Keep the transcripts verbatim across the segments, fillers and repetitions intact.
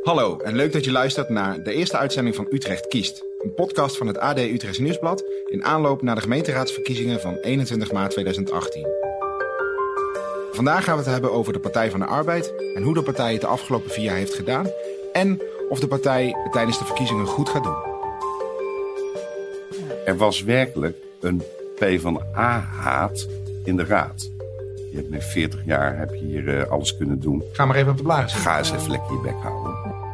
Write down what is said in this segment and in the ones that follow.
Hallo en leuk dat je luistert naar de eerste uitzending van Utrecht Kiest. Een podcast van het A D Utrechtse Nieuwsblad in aanloop naar de gemeenteraadsverkiezingen van eenentwintig maart tweeduizend achttien. Vandaag gaan we het hebben over de Partij van de Arbeid en hoe de partij het de afgelopen vier jaar heeft gedaan en of de partij het tijdens de verkiezingen goed gaat doen. Er was werkelijk een PvdA-haat in de raad. Je hebt nu veertig jaar heb je hier uh, alles kunnen doen. Ga maar even op de blaren zitten. Ga eens even lekker je bek houden.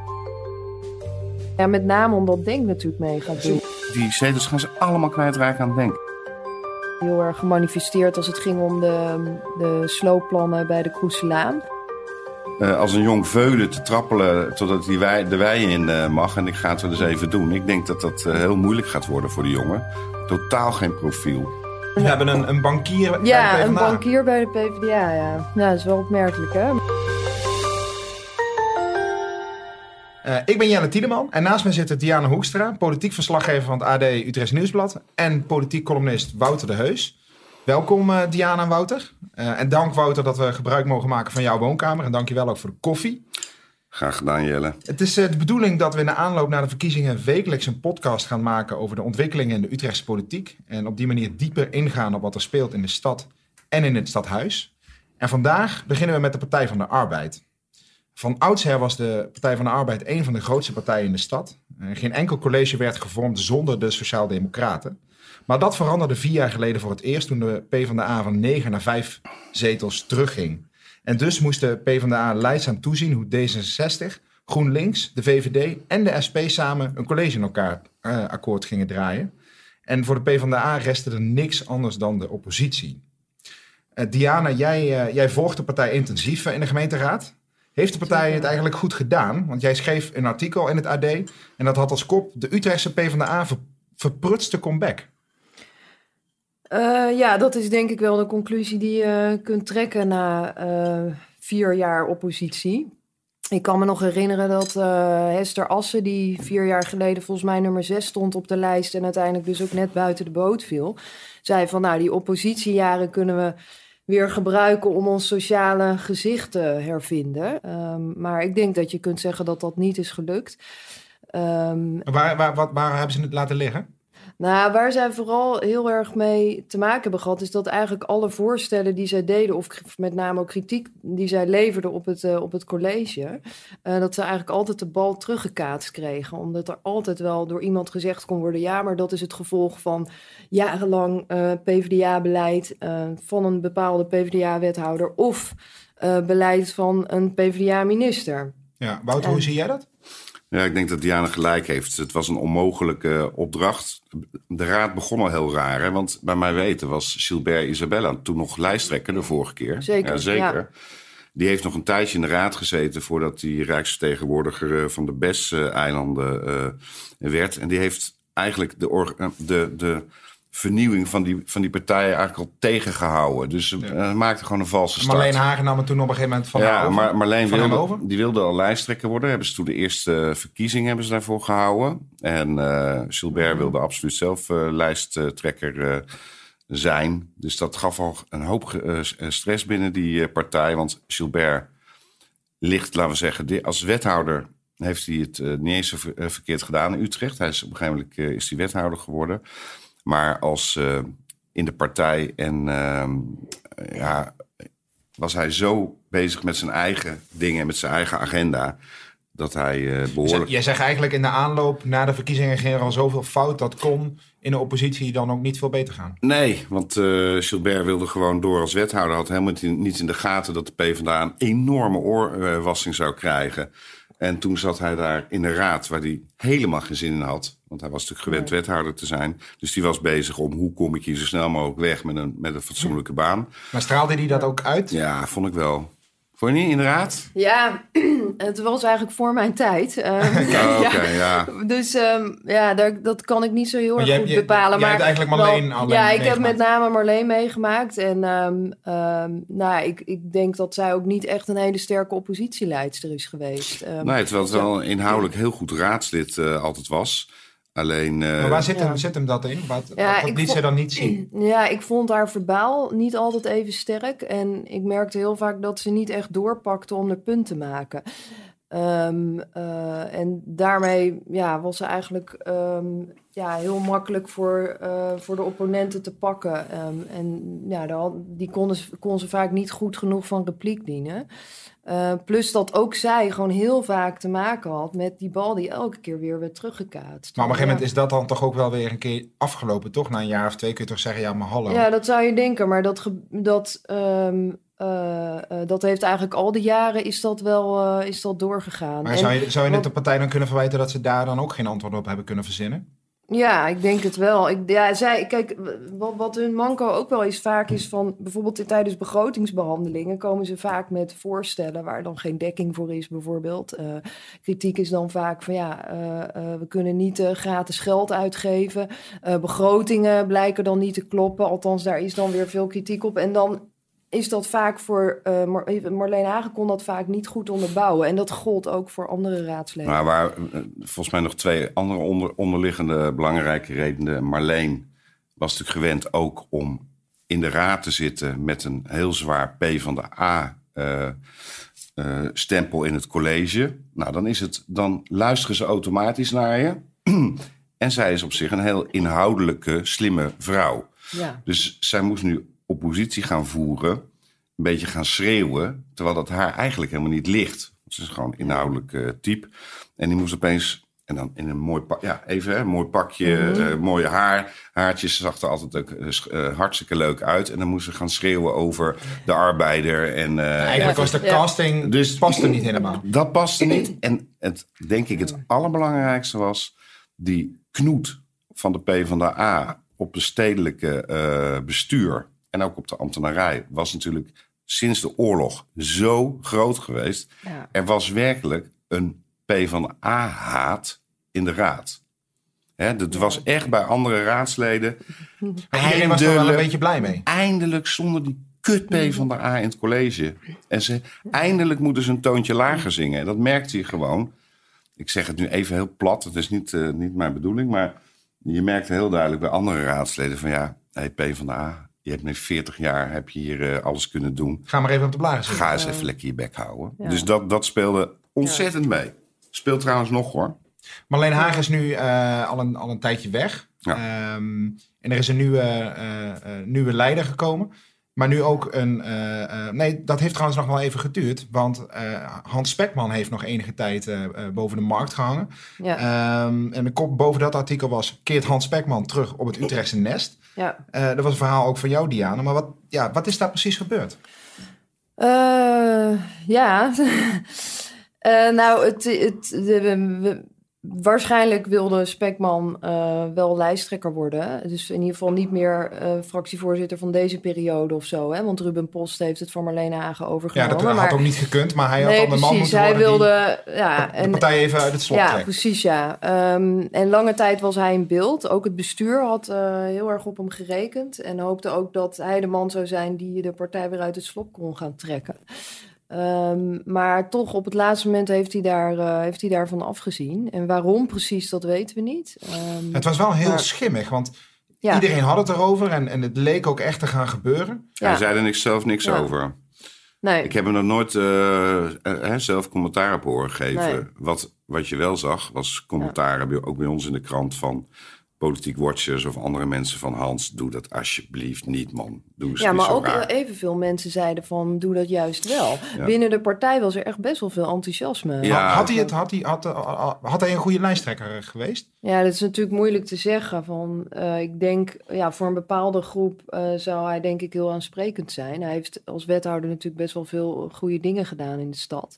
Ja, met name omdat Denk natuurlijk mee gaat doen. Die zetels gaan ze allemaal kwijtraken aan Denk. Heel erg gemanifesteerd als het ging om de, de sloopplannen bij de Kroeselaan. Uh, als een jong veulen te trappelen totdat hij wei, de wei in uh, mag. En ik ga het wel eens even doen. Ik denk dat dat uh, heel moeilijk gaat worden voor de jongen. Totaal geen profiel. We hebben een, een bankier bij ja, de PvdA. een bankier bij de PvdA, ja. Nou, dat is wel opmerkelijk, hè? Uh, ik ben Jelle Tiedeman en naast mij zit Diana Hoekstra, politiek verslaggever van het A D Utrechtse Nieuwsblad en politiek columnist Wouter de Heus. Welkom uh, Diana en Wouter. Uh, en dank Wouter dat we gebruik mogen maken van jouw woonkamer en dank je wel ook voor de koffie. Graag gedaan, Jelle. Het is uh, de bedoeling dat we in de aanloop naar de verkiezingen wekelijks een podcast gaan maken over de ontwikkelingen in de Utrechtse politiek. En op die manier dieper ingaan op wat er speelt in de stad en in het stadhuis. En vandaag beginnen we met de Partij van de Arbeid. Van oudsher was de Partij van de Arbeid een van de grootste partijen in de stad. Geen enkel college werd gevormd zonder de Sociaaldemocraten. Maar dat veranderde vier jaar geleden voor het eerst toen de PvdA van negen naar vijf zetels terugging. En dus moest de PvdA leidzaam toezien hoe D zesenzestig, GroenLinks, de V V D en de S P samen een college in elkaar uh, akkoord gingen draaien. En voor de PvdA restte er niks anders dan de oppositie. Uh, Diana, jij, uh, jij volgt de partij intensief uh, in de gemeenteraad. Heeft de partij het eigenlijk goed gedaan? Want jij schreef een artikel in het A D en dat had als kop de Utrechtse PvdA ver, verprutste comeback. Uh, ja, dat is denk ik wel de conclusie die je kunt trekken na uh, vier jaar oppositie. Ik kan me nog herinneren dat uh, Hester Assen, die vier jaar geleden volgens mij nummer zes stond op de lijst en uiteindelijk dus ook net buiten de boot viel, zei van nou, die oppositiejaren kunnen we weer gebruiken om ons sociale gezicht te hervinden. Um, maar ik denk dat je kunt zeggen dat dat niet is gelukt. Um, waar, waar, waar, waar hebben ze het laten liggen? Nou, waar zij vooral heel erg mee te maken hebben gehad, is dat eigenlijk alle voorstellen die zij deden, of met name ook kritiek die zij leverden op het, uh, op het college, uh, dat ze eigenlijk altijd de bal teruggekaatst kregen. Omdat er altijd wel door iemand gezegd kon worden, ja, maar dat is het gevolg van jarenlang uh, PvdA-beleid uh, van een bepaalde PvdA-wethouder of uh, beleid van een PvdA-minister. Ja, Wouter, en hoe zie jij dat? Ja, ik denk dat Diana gelijk heeft. Het was een onmogelijke opdracht. De raad begon al heel raar, hè? Want bij mij weten was Gilbert Isabella toen nog lijsttrekker de vorige keer. Zeker, ja, zeker. Ja. Die heeft nog een tijdje in de raad gezeten voordat hij rijksvertegenwoordiger van de B E S-eilanden uh, werd. En die heeft eigenlijk de, or- de, de vernieuwing van die, van die partij eigenlijk al tegengehouden. Dus ja. uh, maakte gewoon een valse start. Marleen Hagen nam het toen op een gegeven moment van ja, over. maar Marleen van wilde, die wilde al lijsttrekker worden. Hebben ze toen de eerste verkiezingen hebben ze daarvoor gehouden. En uh, Gilbert wilde absoluut zelf uh, lijsttrekker uh, zijn. Dus dat gaf al een hoop uh, stress binnen die uh, partij. Want Gilbert ligt, laten we zeggen, als wethouder heeft hij het uh, niet eens zo ver, verkeerd gedaan in Utrecht. Hij is op een gegeven moment uh, is hij wethouder geworden. Maar als uh, in de partij en uh, ja, was hij zo bezig met zijn eigen dingen, met zijn eigen agenda, dat hij uh, behoorlijk... Jij zegt eigenlijk in de aanloop na de verkiezingen ging er al zoveel fout, dat kon in de oppositie dan ook niet veel beter gaan. Nee, want uh, Gilbert wilde gewoon door als wethouder, had helemaal niet in de gaten dat de PvdA een enorme oorwassing zou krijgen. En toen zat hij daar in de raad waar hij helemaal geen zin in had. Want hij was natuurlijk gewend nee. wethouder te zijn. Dus die was bezig om hoe kom ik hier zo snel mogelijk weg met een, met een fatsoenlijke baan. Maar straalde hij dat ook uit? Ja, vond ik wel. Vond je niet in de raad? Ja, het was eigenlijk voor mijn tijd. Um, oh, Oké, okay, ja. ja. Dus um, ja, daar, dat kan ik niet zo heel erg jij, goed je, bepalen. Jij maar hebt eigenlijk Marleen wel, alleen Ja, ik meegemaakt. heb met name Marleen meegemaakt. En um, um, nou, ik, ik denk dat zij ook niet echt een hele sterke oppositieleidster is geweest. Um, nee, terwijl het wel inhoudelijk heel goed raadslid uh, altijd was. Alleen, uh, maar waar zit, ja. hem, zit hem dat in? Wat, Ja, wat liet vond, ze dan niet zien? Ja, ik vond haar verbaal niet altijd even sterk. En ik merkte heel vaak dat ze niet echt doorpakte om er punt te maken. Um, uh, en daarmee ja, was ze eigenlijk um, ja, heel makkelijk voor, uh, voor de opponenten te pakken. Um, en ja, daar, die kon ze, kon ze vaak niet goed genoeg van repliek dienen. Uh, plus dat ook zij gewoon heel vaak te maken had met die bal die elke keer weer werd teruggekaatst. Maar op een gegeven moment is dat dan toch ook wel weer een keer afgelopen, toch? Na een jaar of twee kun je toch zeggen, ja, maar hallo. Ja, dat zou je denken, maar dat... Ge- dat um, Uh, uh, dat heeft eigenlijk al die jaren is dat wel uh, is dat doorgegaan. Maar zou je, en, zou je net de partij dan kunnen verwijten dat ze daar dan ook geen antwoord op hebben kunnen verzinnen? Ja, ik denk het wel. Ik, ja, zij, kijk, wat, wat hun manco ook wel is vaak is van... bijvoorbeeld tijdens begrotingsbehandelingen komen ze vaak met voorstellen... waar dan geen dekking voor is bijvoorbeeld. Uh, kritiek is dan vaak van ja, uh, uh, we kunnen niet uh, gratis geld uitgeven. Uh, begrotingen blijken dan niet te kloppen. Althans, daar is dan weer veel kritiek op. En dan... is dat vaak voor... Uh, Mar- Marleen Hagen kon dat vaak niet goed onderbouwen. En dat gold ook voor andere raadsleden. Maar waar uh, volgens mij nog twee andere onder, onderliggende belangrijke redenen. Marleen was natuurlijk gewend ook om in de raad te zitten... met een heel zwaar P van de A uh, uh, stempel in het college. Nou, dan, is het, dan luisteren ze automatisch naar je. En zij is op zich een heel inhoudelijke, slimme vrouw. Ja. Dus zij moest nu oppositie gaan voeren, een beetje gaan schreeuwen, terwijl dat haar eigenlijk helemaal niet ligt. Ze is gewoon inhoudelijk uh, type. En die moest opeens, en dan in een mooi pak, ja, even hè, mooi pakje, mm-hmm. uh, mooie haar, haartjes, zag er altijd ook uh, hartstikke leuk uit. En dan moest ze gaan schreeuwen over de arbeider. En, uh, eigenlijk was de casting, ja. dus paste niet helemaal. Dat paste niet. En het, denk ik, het allerbelangrijkste was die knoet van de PvdA op de stedelijke uh, bestuur en ook op de ambtenarij was natuurlijk sinds de oorlog zo groot geweest. Ja. Er was werkelijk een PvdA-haat in de raad. Hè, dat was echt bij andere raadsleden. Maar iedereen was er wel een beetje blij mee. Eindelijk zonder die kut PvdA in het college. En ze, eindelijk moeten ze een toontje lager zingen. En dat merkte je gewoon. Ik zeg het nu even heel plat. Het is niet, uh, niet mijn bedoeling. Maar je merkte heel duidelijk bij andere raadsleden van ja, hey, PvdA... Je hebt nu veertig jaar, heb je hier uh, alles kunnen doen. Ga maar even op de blazen zitten. Ga eens even lekker je bek houden. Ja. Dus dat, dat speelde ontzettend ja. mee. Speelt trouwens nog hoor. Marleen Hagen is nu uh, al, een, al een tijdje weg. Ja. Um, en er is een nieuwe, uh, uh, nieuwe leider gekomen. Maar nu ook een... Uh, uh, nee, dat heeft trouwens nog wel even geduurd. Want uh, Hans Spekman heeft nog enige tijd uh, uh, boven de markt gehangen. Ja. Um, en de kop boven dat artikel was... Keert Hans Spekman terug op het Utrechtse nest. Ja. Uh, dat was een verhaal ook van jou, Diana. Maar wat, ja, wat is daar precies gebeurd? Uh, ja... uh, nou, het... het de, we, Waarschijnlijk wilde Spekman uh, wel lijsttrekker worden. Dus in ieder geval niet meer uh, fractievoorzitter van deze periode of zo. Hè? Want Ruben Post heeft het van Marleen Hagen overgenomen. Ja, dat had maar... ook niet gekund. Maar hij had nee, dan de man precies, moeten worden hij wilde, die ja, de, en, de partij even uit het slot ja, trekt. Precies, ja. Um, en lange tijd was hij in beeld. Ook het bestuur had uh, heel erg op hem gerekend. En hoopte ook dat hij de man zou zijn die de partij weer uit het slop kon gaan trekken. Um, maar toch op het laatste moment heeft hij, daar, uh, heeft hij daarvan afgezien. En waarom precies, dat weten we niet. Um, het was wel heel maar, schimmig, want ja. iedereen had het erover... En, en het leek ook echt te gaan gebeuren. Ja. Hij zei er niks, zelf niks ja. over. Nee. Ik heb hem nog nooit uh, uh, zelf commentaar op horen geven. Nee. Wat, wat je wel zag, was commentaren, ja. ook bij ons in de krant... van politiek watchers of andere mensen van... Hans, doe dat alsjeblieft niet, man. Doe eens ja, maar zo ook raar. evenveel mensen zeiden van... doe dat juist wel. Ja. Binnen de partij was er echt best wel veel enthousiasme. Ja. Had, hij het, had, hij, had, had hij een goede lijsttrekker geweest? Ja, dat is natuurlijk moeilijk te zeggen. Van, uh, ik denk, ja, voor een bepaalde groep uh, zou hij denk ik heel aansprekend zijn. Hij heeft als wethouder natuurlijk best wel veel goede dingen gedaan in de stad.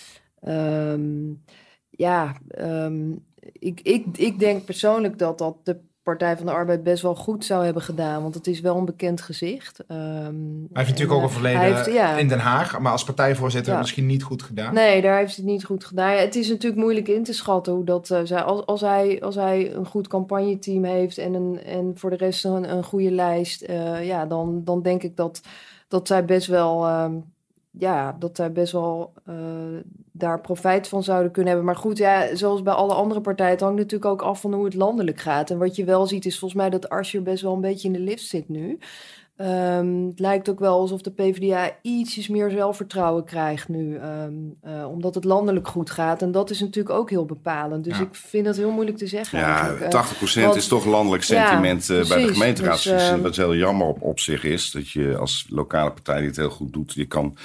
Um, ja, um, Ik, ik, ik denk persoonlijk dat dat de Partij van de Arbeid best wel goed zou hebben gedaan. Want het is wel een bekend gezicht. Um, hij heeft natuurlijk uh, ook een verleden heeft, ja. in Den Haag. Maar als partijvoorzitter ja. misschien niet goed gedaan. Nee, daar heeft hij het niet goed gedaan. Ja, het is natuurlijk moeilijk in te schatten hoe dat... Uh, zij, als, als, hij, als hij een goed campagneteam heeft en, een, en voor de rest een, een goede lijst... Uh, ja, dan, dan denk ik dat, dat zij best wel... Um, ja, dat zij best wel uh, daar profijt van zouden kunnen hebben. Maar goed, ja, zoals bij alle andere partijen... het hangt natuurlijk ook af van hoe het landelijk gaat. En wat je wel ziet is volgens mij dat Asscher best wel een beetje in de lift zit nu. Um, het lijkt ook wel alsof de PvdA ietsjes meer zelfvertrouwen krijgt nu. Um, uh, omdat het landelijk goed gaat. En dat is natuurlijk ook heel bepalend. Dus ja. ik vind dat heel moeilijk te zeggen. Ja, tachtig procent uh, is toch landelijk sentiment ja, uh, bij de gemeenteraad. Dus, uh, wat heel jammer op, op zich is. Dat je als lokale partij die het heel goed doet. Je kan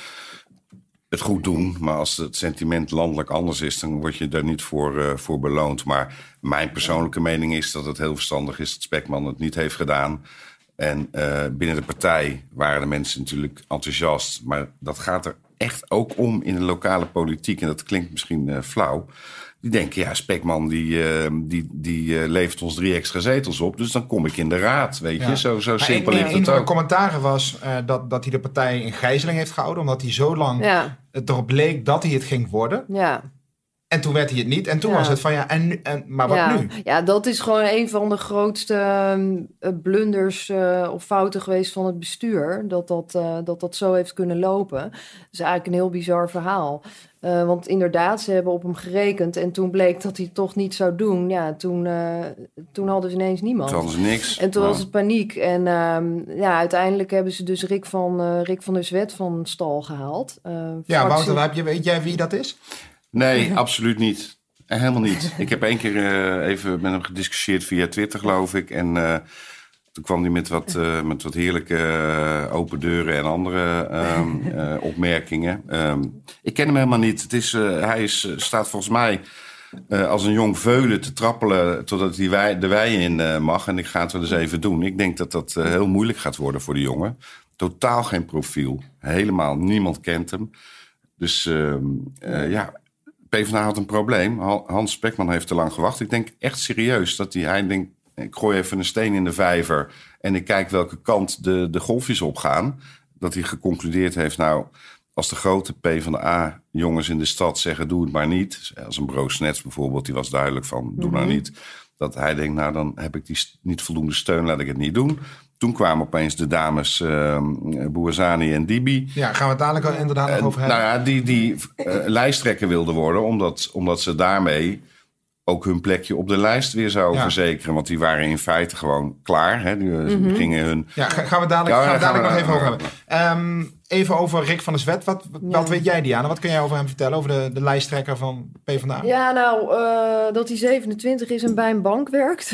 het goed doen. Maar als het sentiment landelijk anders is, dan word je daar niet voor, uh, voor beloond. Maar mijn persoonlijke mening is dat het heel verstandig is dat Spekman het niet heeft gedaan. En uh, binnen de partij waren de mensen natuurlijk enthousiast. Maar dat gaat er echt ook om in de lokale politiek. En dat klinkt misschien uh, flauw. Die denken, ja, Spekman die, uh, die, die uh, levert ons drie extra zetels op. Dus dan kom ik in de raad, weet je. Ja. Zo, zo simpel ligt het ook. Een van de commentaren was uh, dat, dat hij de partij in gijzeling heeft gehouden. Omdat hij zo lang ja. het erop leek dat hij het ging worden. Ja. En toen werd hij het niet. En toen ja. was het van ja, en, en maar wat ja. nu? Ja, dat is gewoon een van de grootste uh, blunders uh, of fouten geweest van het bestuur. Dat dat, uh, dat dat zo heeft kunnen lopen. Dat is eigenlijk een heel bizar verhaal. Uh, want inderdaad, ze hebben op hem gerekend. En toen bleek dat hij het toch niet zou doen. Ja, toen, uh, toen hadden ze ineens niemand. Toen hadden ze niks. En toen ja. was het paniek. En uh, ja, uiteindelijk hebben ze dus Rick van, uh, Rick van der Zwet van stal gehaald. Uh, ja, Wouter, heb je, weet jij wie dat is? Nee, absoluut niet. Helemaal niet. Ik heb één keer uh, even met hem gediscussieerd via Twitter, geloof ik. En uh, toen kwam hij met wat, uh, met wat heerlijke uh, open deuren en andere um, uh, opmerkingen. Um, ik ken hem helemaal niet. Het is, uh, hij is, uh, staat volgens mij uh, als een jong veulen te trappelen totdat hij wei, de wei in uh, mag. En ik ga het wel eens even doen. Ik denk dat dat uh, heel moeilijk gaat worden voor de jongen. Totaal geen profiel. Helemaal niemand kent hem. Dus uh, uh, ja... PvdA had een probleem. Hans Spekman heeft te lang gewacht. Ik denk echt serieus dat hij, hij denkt, ik gooi even een steen in de vijver en ik kijk welke kant de, de golfjes opgaan. Dat hij geconcludeerd heeft, nou, als de grote PvdA-jongens in de stad zeggen, doe het maar niet. Als een Broos Snets bijvoorbeeld, die was duidelijk van, doe mm-hmm. nou niet. Dat hij denkt, nou, dan heb ik die niet voldoende steun, laat ik het niet doen. Toen kwamen opeens de dames uh, Bouazzani en Dibi. Ja, gaan we het dadelijk al inderdaad nog over hebben. Nou ja, die, die uh, lijsttrekker wilden worden, omdat, omdat ze daarmee ook hun plekje op de lijst weer zouden ja. verzekeren. Want die waren in feite gewoon klaar. Hè? Die, mm-hmm. gingen hun... Ja, gaan we dadelijk, ja, gaan we dadelijk gaan we, nog even over hebben. Um, even over Rick van der Zwet. Wat, ja. wat weet jij, Diana? Wat kun jij over hem vertellen? Over de, de lijsttrekker van PvdA? Ja, nou, uh, dat hij zevenentwintig is en bij een bank werkt.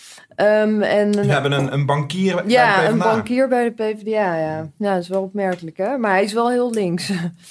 Um, en, We hebben een, een bankier bij ja, de PvdA. Ja, een bankier bij de PvdA, ja. Ja, dat is wel opmerkelijk, hè? Maar hij is wel heel links.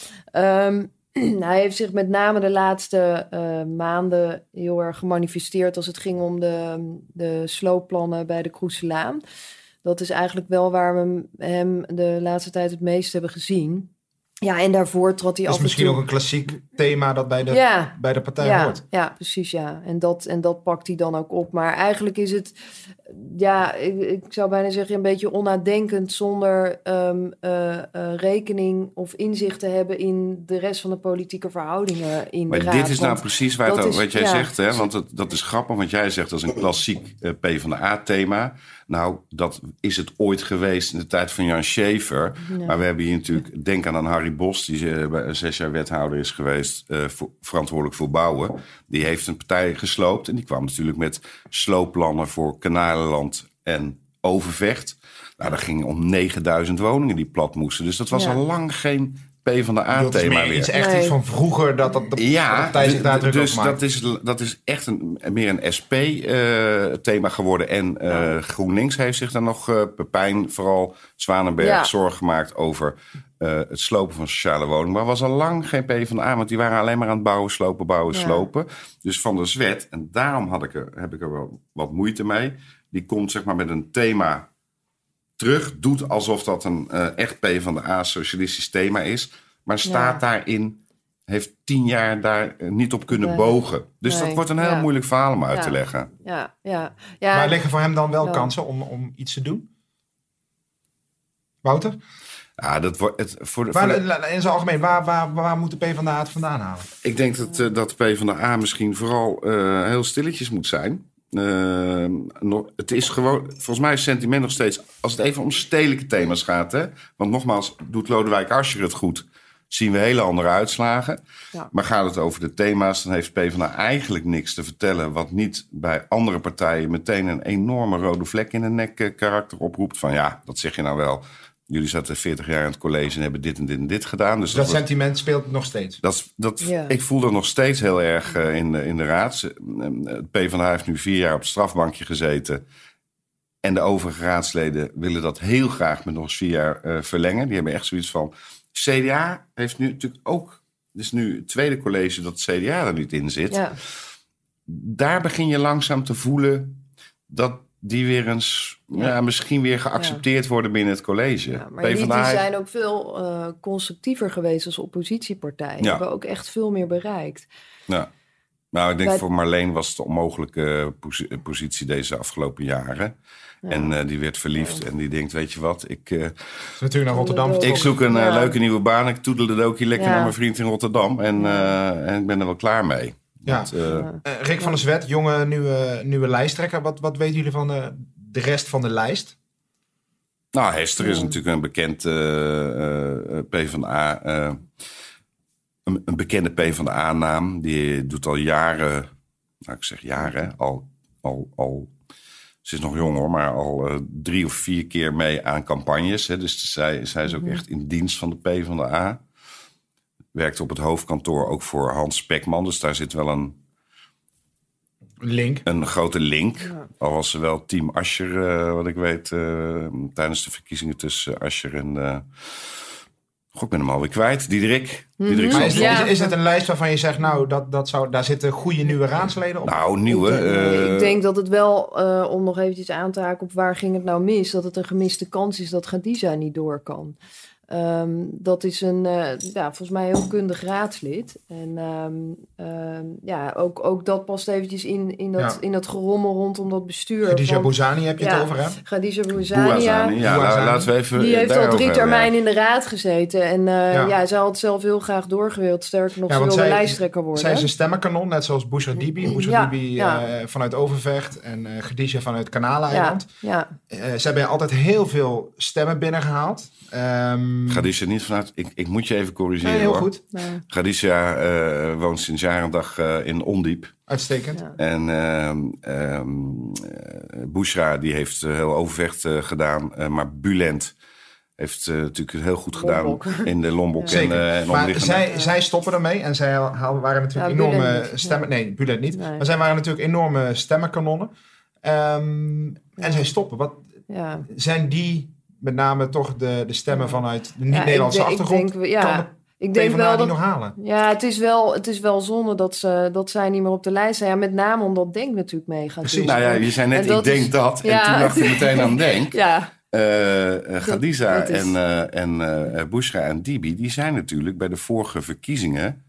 um, hij heeft zich met name de laatste uh, maanden heel erg gemanifesteerd als het ging om de, de sloopplannen bij de Kroeselaan. Dat is eigenlijk wel waar we hem de laatste tijd het meest hebben gezien. Ja, en daarvoor trad hij af en toe... Dat is misschien ook een klassiek thema dat bij de, ja, bij de partij ja, hoort. Ja, precies, ja. En dat, en dat pakt hij dan ook op. Maar eigenlijk is het, ja, ik, ik zou bijna zeggen een beetje onnadenkend zonder um, uh, uh, rekening of inzicht te hebben in de rest van de politieke verhoudingen in maar de raad. Dit is nou want precies waar het, is, wat jij ja. zegt, hè? Want het, dat is grappig, want jij zegt dat is een klassiek uh, PvdA-thema. Nou, dat is het ooit geweest in de tijd van Jan Schäfer. Ja. Maar we hebben hier natuurlijk, denk aan, aan Harry Bos, die uh, zes jaar wethouder is geweest, uh, voor, verantwoordelijk voor bouwen. Die heeft een partij gesloopt en die kwam natuurlijk met sloopplannen voor Kanalenland en Overvecht. Nou, daar ging om negenduizend woningen die plat moesten. Dus dat was ja. al lang geen PvdA-thema meer. Het is echt nee. iets van vroeger dat, dat de ja, partij zich daar druk dus op maakt. Dat is, dat is echt een, meer een S P-thema uh, geworden. En uh, ja. GroenLinks heeft zich dan nog, uh, Pepijn, vooral Zwanenberg, ja. zorgen gemaakt over uh, het slopen van sociale woningen. Maar was al lang geen PvdA, want die waren alleen maar aan het bouwen, slopen, bouwen, ja. slopen. Dus Van der Zwet, en daarom had ik er, heb ik er wel wat moeite mee. Die komt zeg maar met een thema terug, doet alsof dat een uh, echt PvdA-socialistisch thema is, maar staat ja. daarin, heeft tien jaar daar uh, niet op kunnen nee. bogen. Dus nee. dat wordt een heel ja. moeilijk verhaal om uit ja. te leggen. Ja. Ja. Ja. Maar liggen voor hem dan wel ja. kansen om, om iets te doen? Wouter? Ja, dat wordt het voor de, waar, voor de, in zijn algemeen, waar, waar, waar moet de PvdA het vandaan halen? Ik denk dat, uh, dat de PvdA misschien vooral uh, heel stilletjes moet zijn. Uh, nog, het is gewoon, volgens mij is sentiment nog steeds, als het even om stedelijke thema's gaat, hè? Want nogmaals, doet Lodewijk Asscher het goed, zien we hele andere uitslagen. Ja. Maar gaat het over de thema's, dan heeft PvdA eigenlijk niks te vertellen... wat niet bij andere partijen meteen een enorme rode vlek in de nek uh, karakter oproept. Van ja, dat zeg je nou wel. Jullie zaten veertig jaar in het college en hebben dit en dit en dit gedaan. Dus dat, dat wordt, sentiment speelt nog steeds. Dat, dat, ja. Ik voel dat nog steeds heel erg uh, in, de, in de raad. Het PvdA heeft nu vier jaar op het strafbankje gezeten... En de overige raadsleden willen dat heel graag met nog eens vier jaar uh, verlengen. Die hebben echt zoiets van... C D A heeft nu natuurlijk ook... Het is nu het tweede college dat het C D A er niet in zit. Ja. Daar begin je langzaam te voelen... dat die weer eens... Ja. Ja, misschien weer geaccepteerd ja. worden binnen het college. Ja, maar die, die zijn ook veel uh, constructiever geweest als oppositiepartij. Die ja. hebben ook echt veel meer bereikt. Ja. Nou, ik denk Bij... voor Marleen was het de onmogelijke positie deze afgelopen jaren... Ja. En uh, die werd verliefd ja. en die denkt, weet je wat, ik... Uh, natuurlijk naar Rotterdam. Ik zoek een ja. uh, leuke nieuwe baan. Ik toedelde de ook lekker ja. naar mijn vriend in Rotterdam. En, uh, en ik ben er wel klaar mee. Ja. Want, uh, ja. Uh, Rick van der Zwet, jonge nieuwe, nieuwe lijsttrekker. Wat, wat weten jullie van de, de rest van de lijst? Nou, Hester is ja. natuurlijk een bekend uh, uh, PvdA... Uh, een, een bekende PvdA-naam. Die doet al jaren... Nou, ik zeg jaren, al... al, al Ze is nog jong hoor, maar al uh, drie of vier keer mee aan campagnes. Hè. Dus zij, zij is ook echt in dienst van de PvdA. Werkt op het hoofdkantoor ook voor Hans Spekman. Dus daar zit wel een... Link. Een grote link. Ja. Al was ze wel team Asscher, uh, wat ik weet... Uh, tijdens de verkiezingen tussen Asscher en... Uh, God, ik ben hem alweer kwijt. Diederik. Mm-hmm. Diederik maar is, ja. is, is het een lijst waarvan je zegt... nou, dat, dat zou, daar zitten goede nieuwe raadsleden op? Nou, nieuwe. Uh... Ik denk dat het wel, uh, om nog eventjes aan te haken op waar ging het nou mis... dat het een gemiste kans is dat Khadija niet door kan. Um, dat is een, uh, ja, volgens mij heel kundig raadslid. En um, um, ja, ook, ook dat past eventjes in, in, dat, ja. in dat gerommel rondom dat bestuur. Khadija Bouzani heb je ja, het over, hè? Khadija Bouzani, ja. ja nou, laten we even die heeft al drie hebben, termijnen ja. in de raad gezeten. En uh, ja. ja, zij had zelf heel graag doorgewild. Sterker nog, ja, ze wilde zij, lijsttrekker worden. Zij is een stemmenkanon, net zoals Bouchra Dibi. Bouchra ja, Dibi ja. Uh, vanuit Overvecht en uh, Khadija vanuit Kanaleiland. Ja, ja. Uh, ze hebben altijd heel veel stemmen binnengehaald. Um, Khadija niet vanuit... Ik, ik moet je even corrigeren, nee, heel hoor. goed. Nee. Khadija uh, woont sinds jaar en dag uh, in Ondiep. Uitstekend. Ja. En uh, um, uh, Bouchra, die heeft uh, heel Overvecht uh, gedaan. Uh, maar Bulent heeft uh, natuurlijk heel goed Lombok. gedaan in de Lombok. Ja. En, uh, en maar zij, ja. zij stoppen ermee. En zij waren natuurlijk ja, enorme Bulent stemmen... Ja. Nee, Bulent niet. Nee. Maar zij waren natuurlijk enorme stemmenkanonnen. Um, ja. En zij stoppen. Wat ja. zijn die... met name toch de, de stemmen ja. vanuit de niet-Nederlandse ja, achtergrond... Ik denk, ja. kan de Ik denk wel dat, nog halen. Ja, het is wel, het is wel zonde dat, ze, dat zij niet meer op de lijst zijn. Ja, met name omdat Denk natuurlijk mee gaat doen. Nou ja, je zei net, ik denk is, dat. En ja, toen dacht ik meteen aan Denk. Ja. Uh, Khadija dat, dat is... en, uh, en uh, Bouchra en Dibi... die zijn natuurlijk bij de vorige verkiezingen...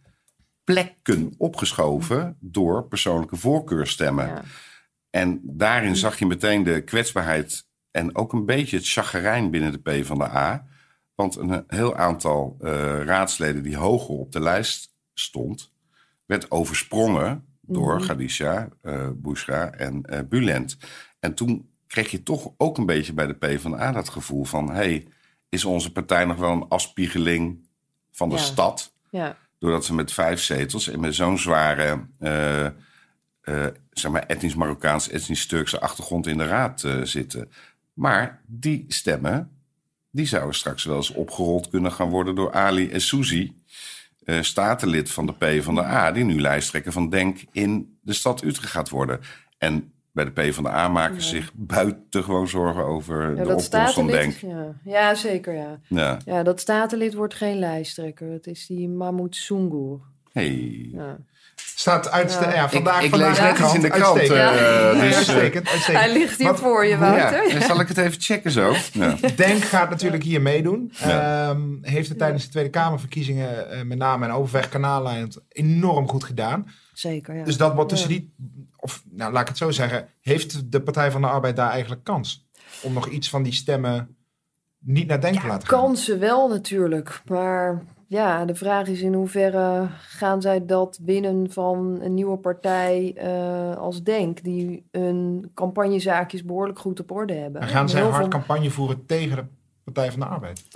plekken opgeschoven door persoonlijke voorkeurstemmen. Ja. En daarin zag je meteen de kwetsbaarheid... en ook een beetje het chagrijn binnen de PvdA... Want een heel aantal uh, raadsleden die hoger op de lijst stond... werd oversprongen door mm-hmm. Khadija, uh, Bouchra en uh, Bulent. En toen kreeg je toch ook een beetje bij de PvdA dat gevoel van... hey, is onze partij nog wel een afspiegeling van de ja. stad? Ja. Doordat ze met vijf zetels en met zo'n zware... Uh, uh, zeg maar etnisch Marokkaans, etnisch Turkse achtergrond in de raad uh, zitten. Maar die stemmen... die zouden straks wel eens opgerold kunnen gaan worden door Ali Essouzi, uh, statenlid van de PvdA, die nu lijsttrekker van Denk in de stad Utrecht gaat worden. En bij de PvdA maken ze ja. zich buitengewoon zorgen over ja, de opkomst van Denk. Ja. ja, zeker ja. ja. Ja, dat statenlid wordt geen lijsttrekker. Het is die Mahmoud Sungur. Hey. Ja. Staat uit ja. ja, vandaag. Ik, ik vandaag lees net iets in de krant. Uh, ja. dus, uitstekend, uitstekend. Hij ligt hier Wat, voor je, Wouter. Ja, zal ik het even checken zo? Ja. Denk gaat natuurlijk hier meedoen. Ja. Um, heeft het tijdens de Tweede Kamerverkiezingen... Uh, met name in Overweg Kanaaleiland enorm goed gedaan. Zeker, ja. Dus dat wordt tussen ja. die... Of nou, laat ik het zo zeggen. Heeft de Partij van de Arbeid daar eigenlijk kans? Om nog iets van die stemmen niet naar Denk ja, te laten gaan? Kansen wel natuurlijk, maar... Ja, de vraag is in hoeverre gaan zij dat winnen van een nieuwe partij uh, als Denk... die hun campagnezaakjes behoorlijk goed op orde hebben. En gaan zij Heel hard veel... campagne voeren tegen de Partij van de Arbeid?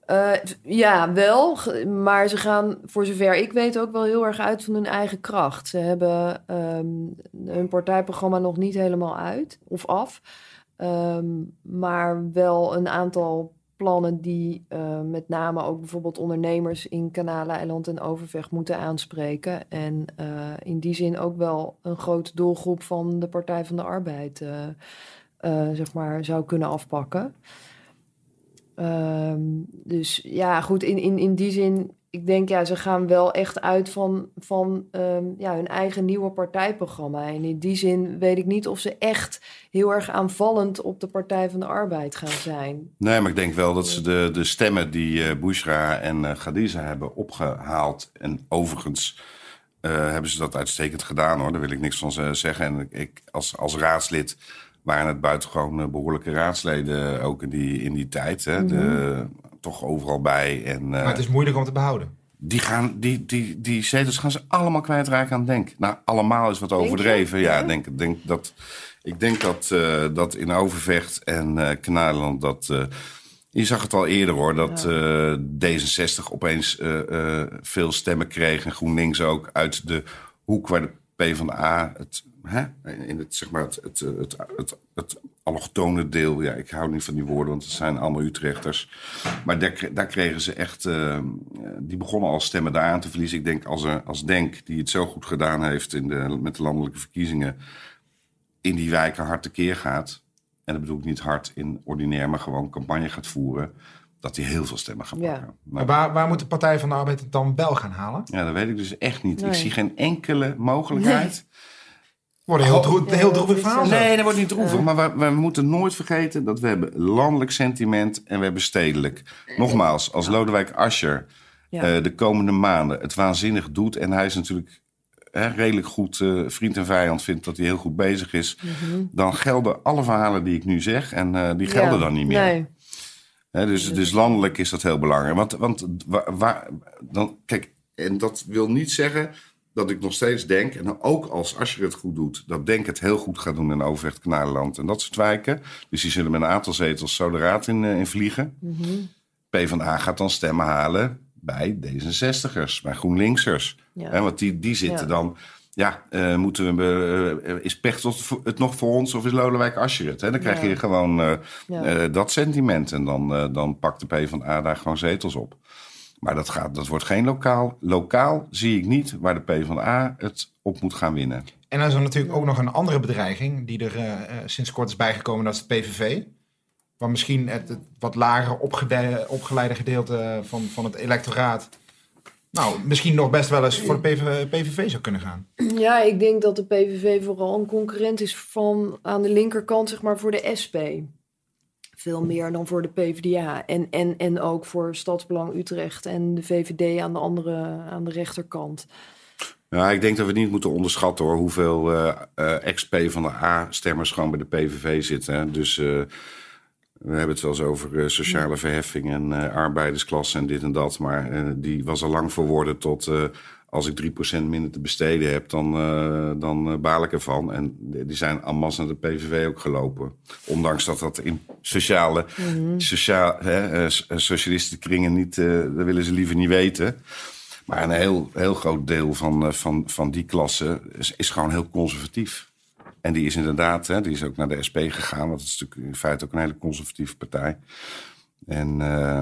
Uh, ja, wel. Maar ze gaan, voor zover ik weet, ook wel heel erg uit van hun eigen kracht. Ze hebben um, hun partijprogramma nog niet helemaal uit of af. Um, maar wel een aantal plannen die uh, met name ook bijvoorbeeld ondernemers in Kanaleiland en Overvecht moeten aanspreken. En uh, in die zin ook wel een grote doelgroep van de Partij van de Arbeid uh, uh, zeg maar, zou kunnen afpakken. Um, dus ja, goed, in, in, in die zin, ik denk ja, ze gaan wel echt uit van, van um, ja, hun eigen nieuwe partijprogramma. En in die zin weet ik niet of ze echt heel erg aanvallend op de Partij van de Arbeid gaan zijn. Nee, maar ik denk wel dat ze de, de stemmen die uh, Bouchra en uh, Khadija hebben opgehaald. En overigens uh, hebben ze dat uitstekend gedaan, hoor. Daar wil ik niks van zeggen. En ik als, als raadslid waren het buitengewoon behoorlijke raadsleden ook in die, in die tijd. Hè, mm-hmm. de, toch overal bij. En, uh, maar het is moeilijk om te behouden. Die, gaan, die, die, die zetels gaan ze allemaal kwijtraken aan Denk. Nou, allemaal is wat overdreven. Ja, ja denk, denk dat, ik denk dat, uh, dat in Overvecht en uh, Kanaleiland dat... Uh, je zag het al eerder, hoor, dat uh, D zesenzestig opeens uh, uh, veel stemmen kreeg. En GroenLinks ook uit de hoek waar de PvdA het... Hè? In het, zeg maar, het, het, het, het, het allochtone deel. Ja, ik hou niet van die woorden, want het zijn allemaal Utrechters. Maar daar, daar kregen ze echt... Uh, die begonnen al stemmen daar aan te verliezen. Ik denk als, er, als Denk, die het zo goed gedaan heeft in de, met de landelijke verkiezingen, in die wijken hard tekeer gaat. En dat bedoel ik niet hard in ordinair, maar gewoon campagne gaat voeren. Dat hij heel veel stemmen gaat pakken. Ja. Maar waar, waar moet de Partij van de Arbeid het dan wel gaan halen? Ja, dat weet ik dus echt niet. Nee. Ik zie geen enkele mogelijkheid... Nee. Wordt een heel, droe- heel droevig verhaal. Nee, dat wordt niet droevig. Maar we, we moeten nooit vergeten dat we hebben landelijk sentiment en we hebben stedelijk. Nogmaals, als Lodewijk Asscher ja. uh, de komende maanden het waanzinnig doet... en hij is natuurlijk hè, redelijk goed uh, vriend en vijand, vindt dat hij heel goed bezig is... Mm-hmm. dan gelden alle verhalen die ik nu zeg en uh, die gelden ja. dan niet meer. Nee. Hè, dus, dus landelijk is dat heel belangrijk. Want, want waar, waar, dan, kijk, en dat wil niet zeggen... dat ik nog steeds denk, en ook als Asscher het goed doet... dat Denk het heel goed gaat doen in Overvecht, Kanaleiland en dat soort wijken. Dus die zullen met een aantal zetels zo de raad in, uh, in vliegen. Mm-hmm. PvdA gaat dan stemmen halen bij D zesenzestigers, bij GroenLinksers. Ja. He, want die, die zitten ja. dan... Ja, uh, moeten we, uh, is Pechtold het nog voor ons of is Lodewijk Asscher het? He, dan krijg ja. je gewoon uh, ja. uh, dat sentiment. En dan, uh, dan pakt de PvdA daar gewoon zetels op. Maar dat, gaat, dat wordt geen lokaal. Lokaal zie ik niet waar de PvdA het op moet gaan winnen. En dan is er natuurlijk ook nog een andere bedreiging... die er uh, sinds kort is bijgekomen, dat is het P V V. Waar misschien het, het wat lager opgede- opgeleide gedeelte van, van het electoraat... nou, misschien nog best wel eens voor de P V V, P V V zou kunnen gaan. Ja, ik denk dat de P V V vooral een concurrent is van aan de linkerkant, zeg maar, voor de S P. Veel meer dan voor de PvdA. En, en, en ook voor Stadsbelang Utrecht en de V V D aan de andere, aan de rechterkant. Ja, ik denk dat we niet moeten onderschatten, hoor, hoeveel uh, uh, ex-P van de A-stemmers gewoon bij de P V V zitten. Hè. Dus uh, we hebben het wel eens over uh, sociale verheffing en uh, arbeidersklasse en dit en dat. Maar uh, die was al lang verworden tot... Uh, als ik drie procent minder te besteden heb, dan, uh, dan uh, baal ik ervan. En die zijn en masse naar de P V V ook gelopen. Ondanks dat dat in sociale, mm-hmm. sociaal, hè, uh, socialistenkringen niet... Uh, dat willen ze liever niet weten. Maar een heel, heel groot deel van, uh, van, van die klasse is, is gewoon heel conservatief. En die is inderdaad, hè, die is ook naar de S P gegaan. Want het is natuurlijk in feite ook een hele conservatieve partij. En... Uh,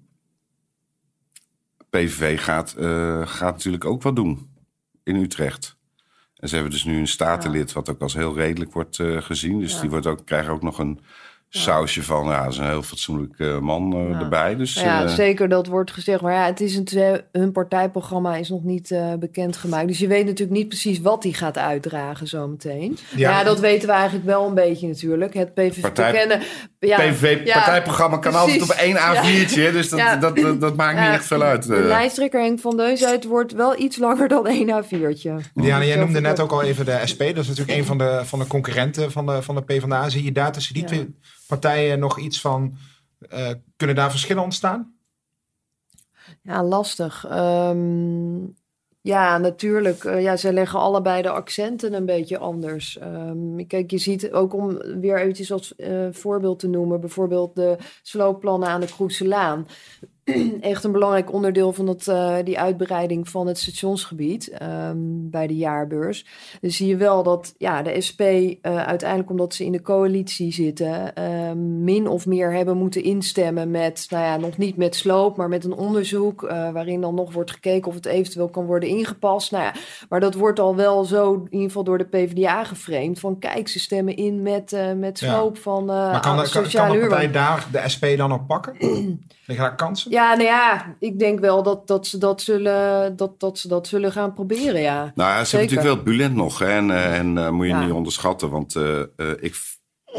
P V V gaat, uh, gaat natuurlijk ook wat doen in Utrecht. En ze hebben dus nu een statenlid... wat ook als heel redelijk wordt uh, gezien. Dus ja. die wordt ook, krijgt ook nog een ja. sausje van... ja, dat is een heel fatsoenlijk uh, man uh, ja. erbij. Dus, ja, uh, zeker, dat wordt gezegd. Maar ja, het is een, hun partijprogramma is nog niet uh, bekendgemaakt. Dus je weet natuurlijk niet precies wat hij gaat uitdragen zometeen. Ja. ja, dat weten we eigenlijk wel een beetje natuurlijk. Het P V V Partij... bekennen... Ja, P V V-partijprogramma ja, kan precies. altijd op één A viertje. Ja. Dus dat, ja. dat, dat, dat maakt ja. niet echt veel uit. De lijsttrekker Henk van Deus uit wordt wel iets langer dan één A viertje. Diana, jij noemde net ook al even de S P. Dat is natuurlijk een van de, van de concurrenten van de, van de PvdA. Zie je daar tussen die ja. twee partijen nog iets van... Uh, kunnen daar verschillen ontstaan? Ja, lastig. Um, ja, natuurlijk. Uh, ja, ze leggen allebei de accenten een beetje anders. Um, kijk, je ziet ook om weer eventjes als uh, voorbeeld te noemen... bijvoorbeeld de sloopplannen aan de Kroeselaan. echt een belangrijk onderdeel van dat, uh, die uitbreiding van het stationsgebied um, bij de jaarbeurs. Dus zie je wel dat ja, de S P uh, uiteindelijk, omdat ze in de coalitie zitten, uh, min of meer hebben moeten instemmen met, nou ja, nog niet met sloop, maar met een onderzoek uh, waarin dan nog wordt gekeken of het eventueel kan worden ingepast. Nou ja, maar dat wordt al wel zo in ieder geval door de PvdA geframed van kijk, ze stemmen in met, uh, met sloop ja. van uh, maar kan, de, kan, kan de partij daar de S P dan op pakken? Liggen daar kansen? Ja, nou ja, ik denk wel dat, dat, ze, dat, zullen, dat, dat ze dat zullen gaan proberen, ja. Nou ja, ze Zeker. hebben natuurlijk wel Bulent nog. Hè, en en uh, moet je ja. niet onderschatten. Want uh, uh, ik f-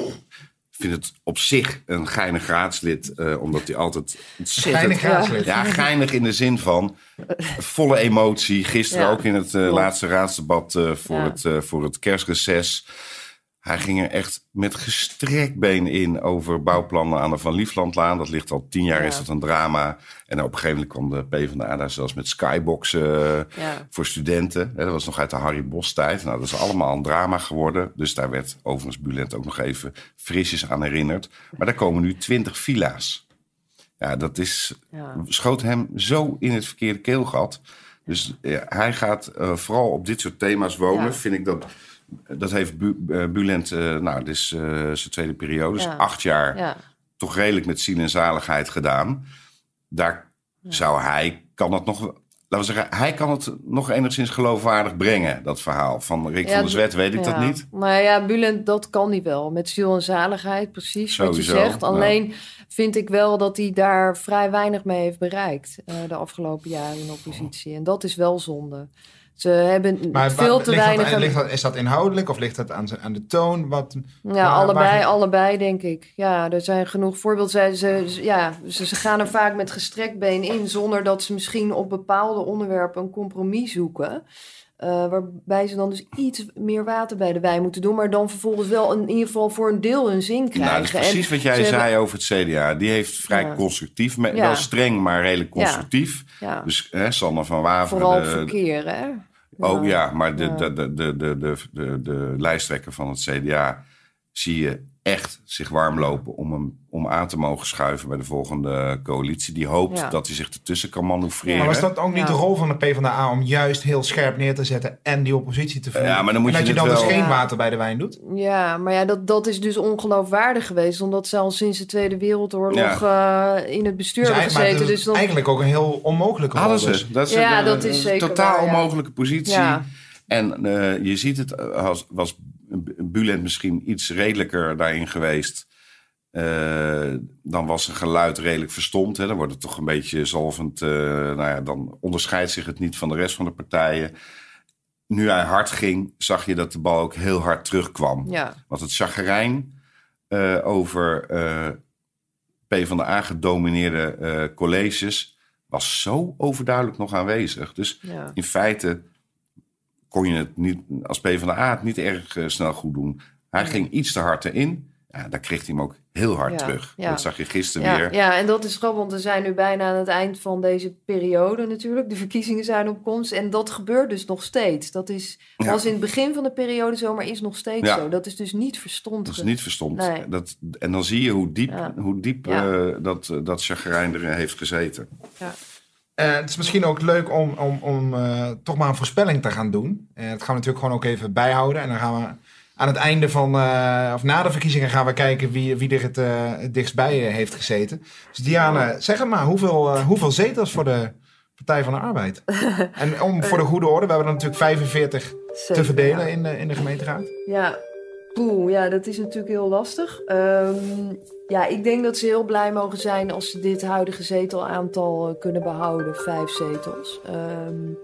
vind het op zich een geinig raadslid. Uh, omdat hij altijd... Geinig raadslid? Ja, geinig in de zin van volle emotie. Gisteren ja. ook in het uh, laatste raadsdebat uh, voor, ja. het, uh, voor het kerstreces. Hij ging er echt met gestrekt been in over bouwplannen aan de Van Lieflandlaan. Dat ligt al tien jaar, ja. is dat een drama. En op een gegeven moment kwam de PvdA daar zelfs met skyboxen uh, ja. voor studenten. Dat was nog uit de Harry Bos tijd. Nou, dat is allemaal een drama geworden. Dus daar werd overigens Bulent ook nog even frisjes aan herinnerd. Maar daar komen nu twintig villa's. Ja, dat is, ja. schoot hem zo in het verkeerde keelgat. Dus ja, hij gaat uh, vooral op dit soort thema's wonen. Ja. Vind ik dat... Dat heeft Bu- uh, Bulent, uh, nou, dit is uh, zijn tweede periode, dus ja. acht jaar ja. toch redelijk met ziel en zaligheid gedaan. Daar ja. zou hij, kan het nog, laten we zeggen, hij kan het nog enigszins geloofwaardig brengen, dat verhaal. Van Rick ja, van der Zwet weet ik ja. dat niet. Maar ja, Bulent, dat kan hij wel, met ziel en zaligheid, precies Sowieso, wat je zegt. Alleen ja. vind ik wel dat hij daar vrij weinig mee heeft bereikt uh, de afgelopen jaren in oppositie. En dat is wel zonde. Ze hebben maar, veel te weinig... Dat, ligt dat, is dat inhoudelijk of ligt dat aan, aan de toon? Wat, ja, waar, allebei, waar... allebei denk ik. Ja, er zijn genoeg voorbeelden. Ze, ze, ja, ze, ze gaan er vaak met gestrekt been in... zonder dat ze misschien op bepaalde onderwerpen een compromis zoeken... Uh, waarbij ze dan dus iets meer water bij de wijn moeten doen... maar dan vervolgens wel in ieder geval voor een deel hun zin krijgen. Nou, dat is precies en wat jij zei hebben... over het C D A. Die heeft vrij ja. constructief, me- ja. wel streng, maar redelijk constructief. Ja. Ja. Dus hè, Sanne van Waveren... Vooral de, verkeer, hè? Oh ja, ja maar de, ja. de, de, de, de, de, de, de lijsttrekker van het C D A... zie je echt zich warm lopen om hem om aan te mogen schuiven bij de volgende coalitie. Die hoopt ja. dat hij zich ertussen kan manoeuvreren. Maar was dat ook niet ja. de rol van de PvdA om juist heel scherp neer te zetten en die oppositie te voeren? Ja, maar dan moet en dat je, je dan wel... dus geen ja. water bij de wijn doet? Ja, maar ja, dat, dat is dus ongeloofwaardig geweest. Omdat ze al sinds de Tweede Wereldoorlog ja. uh, in het bestuur dus hebben gezeten. Maar dus dan... eigenlijk ook een heel onmogelijke rol. Dus. Dat is ja, een, dat is een zeker totaal waar, ja. onmogelijke positie. Ja. En uh, je ziet het, als, was Bulent misschien iets redelijker daarin geweest... Uh, dan was zijn geluid redelijk verstomd. Hè. Dan wordt het toch een beetje zalvend. Uh, nou ja, dan onderscheidt zich het niet van de rest van de partijen. Nu hij hard ging, zag je dat de bal ook heel hard terugkwam. Ja. Want het chagrijn uh, over uh, PvdA gedomineerde uh, colleges... was zo overduidelijk nog aanwezig. Dus ja. in feite kon je het niet, als PvdA het niet erg uh, snel goed doen. Hij ja. ging iets te hard erin. Ja, daar kreeg hij hem ook heel hard ja, terug. Ja. Dat zag je gisteren ja, weer. Ja, en dat is grappig, want we zijn nu bijna aan het eind van deze periode natuurlijk. De verkiezingen zijn op komst en dat gebeurt dus nog steeds. Dat is, ja. was in het begin van de periode zo, maar is nog steeds ja. zo. Dat is dus niet verstomd. Dat is niet verstomd. Nee. Dat, en dan zie je hoe diep, ja. hoe diep ja. uh, dat, dat chagrijn er heeft gezeten. Ja. Uh, het is misschien ook leuk om, om, om uh, toch maar een voorspelling te gaan doen. Uh, dat gaan we natuurlijk gewoon ook even bijhouden. En dan gaan we... Aan het einde van, uh, of na de verkiezingen gaan we kijken wie, wie er het, uh, het dichtstbij uh, heeft gezeten. Dus Diana, zeg het maar, hoeveel, uh, hoeveel zetels voor de Partij van de Arbeid? En om voor de goede orde, we hebben er natuurlijk vijfenveertig Zeker, te verdelen ja. in, de, in de gemeenteraad. Ja, poeh, ja, dat is natuurlijk heel lastig. Um, ja, ik denk dat ze heel blij mogen zijn als ze dit huidige zetelaantal uh, kunnen behouden, vijf zetels. Um,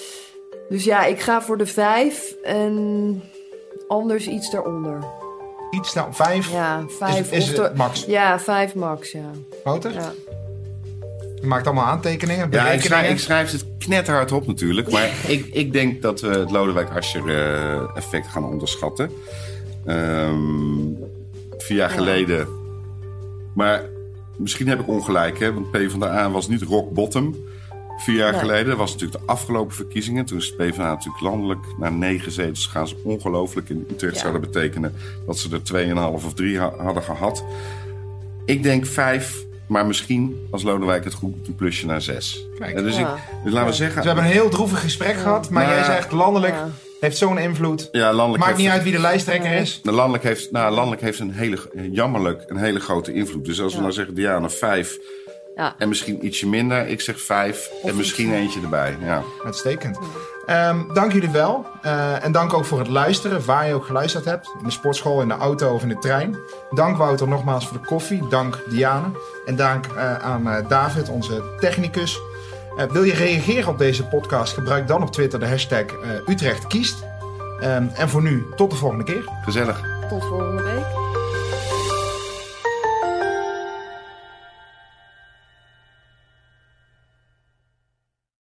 dus ja, ik ga voor de vijf en... Anders iets daaronder. Iets daar, vijf? Ja, vijf. Is, is of het max? Ja, vijf max, ja. Wouter? Ja. Je maakt allemaal aantekeningen, ja, ik schrijf, ik schrijf het knetterhard op natuurlijk. Maar ik, ik denk dat we het Lodewijk Asscher uh, effect gaan onderschatten. Um, vier jaar ja. geleden. Maar misschien heb ik ongelijk, hè. Want PvdA was niet rock bottom. Vier jaar nee. geleden, dat was natuurlijk de afgelopen verkiezingen. Toen is de PvdA natuurlijk landelijk naar negen zetels gaan ze ongelooflijk. In Utrecht ja. zou dat betekenen dat ze er tweeënhalf of drie ha- hadden gehad. Ik denk vijf Maar misschien, als Lodewijk het goed doet, een plusje naar zes. Kijk. En dus, Ja. ik, dus laten we zeggen... Dus we hebben een heel droevig gesprek Ja. gehad. Maar Nou, jij zegt landelijk Ja. heeft zo'n invloed. Ja, landelijk Maakt heeft, niet uit wie de lijsttrekker Nee. is. de landelijk heeft, nou, landelijk heeft een hele, jammerlijk een hele grote invloed. Dus als we Ja. nou zeggen, Diana, vijf Ja. en misschien ietsje minder. Ik zeg vijf Of en misschien iets. eentje erbij. Ja. Uitstekend. Um, dank jullie wel. Uh, en dank ook voor het luisteren, waar je ook geluisterd hebt. In de sportschool, in de auto of in de trein. Dank Wouter nogmaals voor de koffie. Dank Diana. En dank uh, aan uh, David, onze technicus. Uh, wil je reageren op deze podcast? Gebruik dan op Twitter de hashtag uh, Utrecht kiest. Um, en voor nu, tot de volgende keer. Gezellig. Tot volgende week.